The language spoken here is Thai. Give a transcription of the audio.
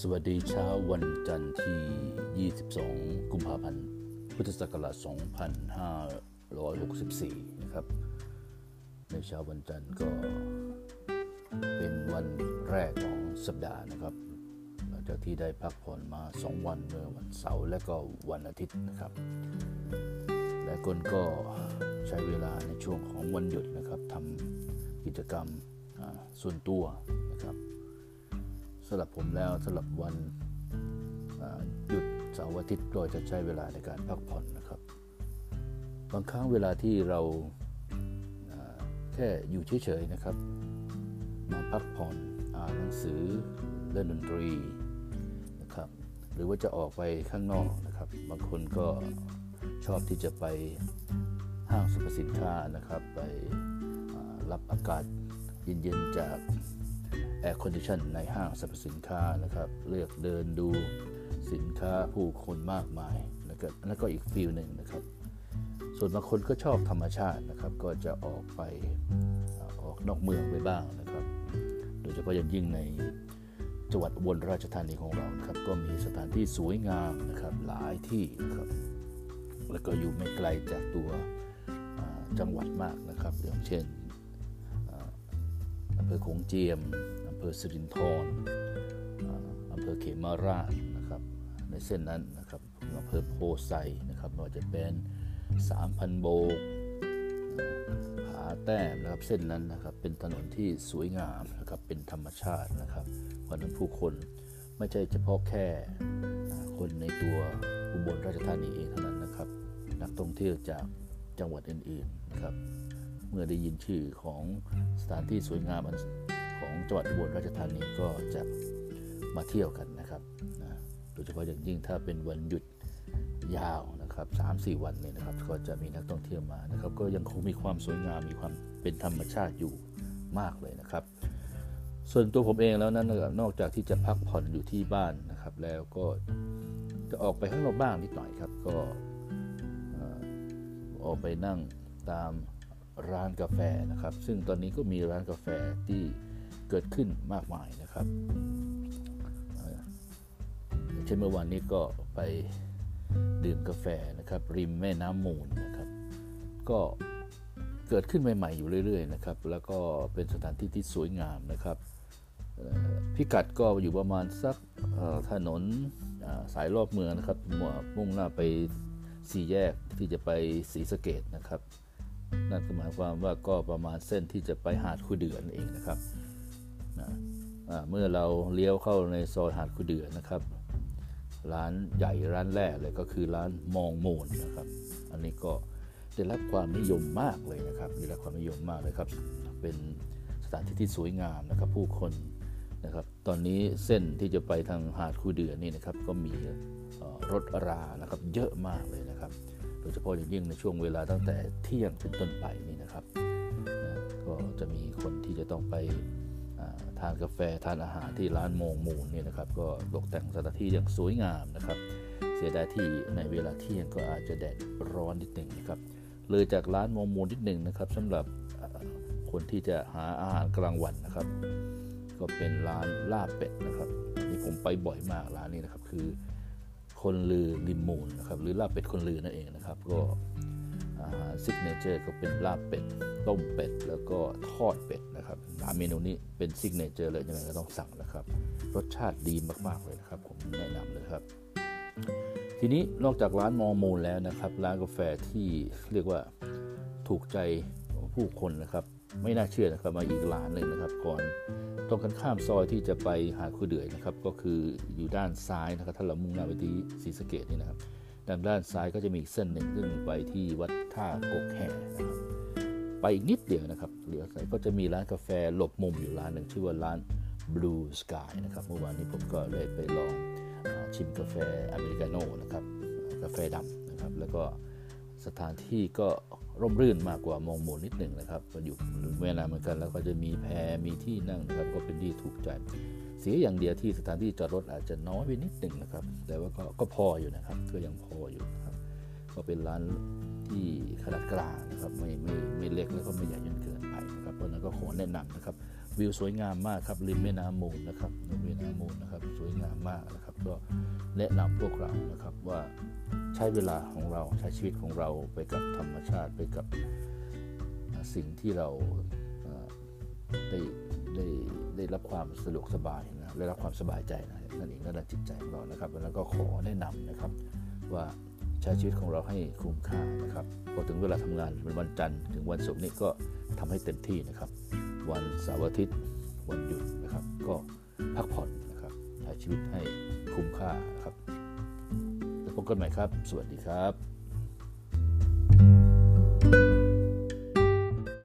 วัสดีเช้าวันจันทร์ที่ 22 กุมภาพันธ์ พุทธศักราช 2564 นะครับในเช้าวันจันทร์ก็เป็นวันแรกของสัปดาห์นะครับหลังจากที่ได้พักผ่อนมา2วันเมื่อวันเสาร์และก็วันอาทิตย์นะครับหลายคนก็ใช้เวลาในช่วงของวันหยุดนะครับทำกิจกรรมส่วนตัวนะครับสำหรับผมแล้วสำหรับวันหยุดเสาร์อาทิตย์ก็จะใช้เวลาในการพักผ่อนนะครับบางครั้งเวลาที่เราแค่อยู่เฉยๆนะครับมาพักผ่อนอ่านหนังสือเล่นดนตรีนะครับหรือว่าจะออกไปข้างนอกนะครับบางคนก็ชอบที่จะไปห้างสรรพสินค้านะครับไปรับอากาศเย็นๆจากแอร์คอนดิชันในห้างสรรพสินค้านะครับเลือกเดินดูสินค้าผู้คนมากมายนะครับนั่นก็อีกฟีลหนึ่งนะครับส่วนบางคนก็ชอบธรรมชาตินะครับก็จะออกไปออกนอกเมืองไปบ้างนะครับโดยเฉพาะอย่างยิ่งในจังหวัดอุบลราชธานีของเรานะครับก็มีสถานที่สวยงามนะครับหลายที่นะครับแล้วก็อยู่ไม่ไกลจากตัวจังหวัดมากนะครับอย่างเช่นอำเภอโขงเจียมอำเภอสิรินธรอำเภอเขมราชนะครับในเส้นนั้นนะครับอำเภอโพไซนะครับไม่ว่าจะเป็น3,000 โบกผาแต้มนะครับเส้นนั้นนะครับเป็นถนนที่สวยงามนะครับเป็นธรรมชาตินะครับเพราะนั้นผู้คนไม่ใช่เฉพาะแค่คนในตัวอุบลราชธานีเองเท่านั้นนะครับนักท่องเที่ยวจากจังหวัดอื่นๆนะครับเมื่อได้ยินชื่อของสถานที่สวยงามของจังหวัดอุบลราชธานีก็จะมาเที่ยวกันนะครับโดยเฉพาะอย่างยิ่งถ้าเป็นวันหยุดยาวนะครับ 3-4 วันเนี่ยนะครับก็จะมีนักท่องเที่ยวมานะครับก็ยังคงมีความสวยงามมีความเป็นธรรมชาติอยู่มากเลยนะครับส่วนตัวผมเองแล้วนั้นนอกจากที่จะพักผ่อนอยู่ที่บ้านนะครับแล้วก็จะออกไปข้างนอกบ้างนิดหน่อยครับก็ออกไปนั่งตามร้านกาแฟนะครับซึ่งตอนนี้ก็มีร้านกาแฟที่เกิดขึ้นมากมายนะครับเช่นเมื่อวานนี้ก็ไปดื่มกาแฟนะครับริมแม่น้ำมูลนะครับก็เกิดขึ้นใหม่ๆอยู่เรื่อยๆนะครับแล้วก็เป็นสถานที่ที่สวยงามนะครับพิกัดก็อยู่ประมาณสักถนนสายรอบเมืองนะครับมุ่งหน้าไป4 แยกที่จะไปศรีสะเกษนะครับนั่นหมายความว่าก็ประมาณเส้นที่จะไปหาดคูเดือเองนะครับเมื่อเราเลี้ยวเข้าในซอยหาดคูเดือนะครับร้านใหญ่ร้านแรกเลยก็คือร้านมองมูลนะครับอันนี้ก็ได้รับความนิยมมากเลยนะครับได้รับความนิยมมากเลยครับเป็นสถานที่ที่สวยงามนะครับผู้คนนะครับตอนนี้เส้นที่จะไปทางหาดคูเดือนี่นะครับก็มีรถรานะครับเยอะมากเลยนะครับโดยเฉพาะอย่างยิ่งในช่วงเวลาตั้งแต่เที่ยงเป็นต้นไปนี่นะครับก็จะมีคนที่จะต้องไปทานกาแฟทานอาหารที่ร้านมองมูลนี่นะครับก็ตกแต่งสถานที่อย่างสวยงามนะครับเสียดายที่ในเวลาเที่ยงก็อาจจะแดดร้อนนิดหนึ่งนะครับเลยจากร้านมองมูลนิดหนึ่งนะครับสำหรับคนที่จะหาอาหารกลางวันนะครับก็เป็นร้านลาบเป็ดนะครับนี่ผมไปบ่อยมากร้านนี้นะครับคือคนลือริมมูลนะครับหรือลาบเป็ดคนลือนั่นเองนะครับก็ซิกเนเจอร์ก็เป็นลาบเป็ดต้มเป็ดแล้วก็ทอดเป็ดนะครับเมนูนี้เป็นซิกเนเจอร์เลยยังไงก็ต้องสั่งนะครับรสชาติดีมากๆเลยนะครับผมแนะนำเลยครับทีนี้นอกจากร้านมอมูลแล้วนะครับร้านกาแฟที่เรียกว่าถูกใจผู้คนนะครับไม่น่าเชื่อนะครับมาอีกร้านหนึ่งนะครับก่อนตรงกันข้ามซอยที่จะไปหาดคูเดือยนะครับก็คืออยู่ด้านซ้ายนะครับถ้าเรามุ่งหน้าไปที่ศรีสะเกษนี่นะครับด้านซ้ายก็จะมีอีกเส้นหนึ่งซึ่งไปที่วัดท่ากกแห่นะครับไปอีกนิดเดียวนะครับเหลือก็จะมีร้านกาแฟหลบมุมอยู่ร้านหนึ่งชื่อว่าร้าน Blue Sky นะครับเมื่อวานนี้ผมก็เลยไปลองชิมกาแฟอเมริกาโน่นะครับกาแฟดำนะครับแล้วก็สถานที่ก็ร่มรื่นมากกว่ามองมูลนิดหนึ่งนะครับก็อยู่แม่น้ำเหมือนกันแล้วก็จะมีแพมีที่นั่งนะครับก็เป็นที่ถูกใจเสียอย่างเดียวที่สถานที่จอดรถอาจจะน้อยไปนิดหนึ่งนะครับแต่ว่าก็พออยู่นะครับก็ยังพออยู่ครับก็เป็นร้านที่ขนาดกลางนะครับไม่เล็กแล้วก็ไม่ใหญ่จนเกินไปนะครับเพราะนั้นก็ขอแนะนำนะครับวิวสวยงามมากครับริมแม่น้ำมูลนะครับริมแม่น้ำมูลนะครับสวยงามมากนะครับก็แนะนำพวกเรานะครับว่าใช้เวลาของเราใช้ชีวิตของเราไปกับธรรมชาติไปกับสิ่งที่เราได้รับความสะดวกสบายนะได้รับความสบายใจนะนั่นเองนั่นแหละจิตใจของเรานะครับแล้วก็ขอแนะนำนะครับว่าใช้ชีวิตของเราให้คุ้มค่านะครับพอถึงเวลาทำงานเป็นวันจันทร์ถึงวันศุกร์นี้ก็ทำให้เต็มที่นะครับวันเสาร์อาทิตย์วันหยุดนะครับก็พักผ่อนนะครับใช้ชีวิตให้คุ้มค่าครับแล้วพบกันใหม่ครับสวัสดีครับ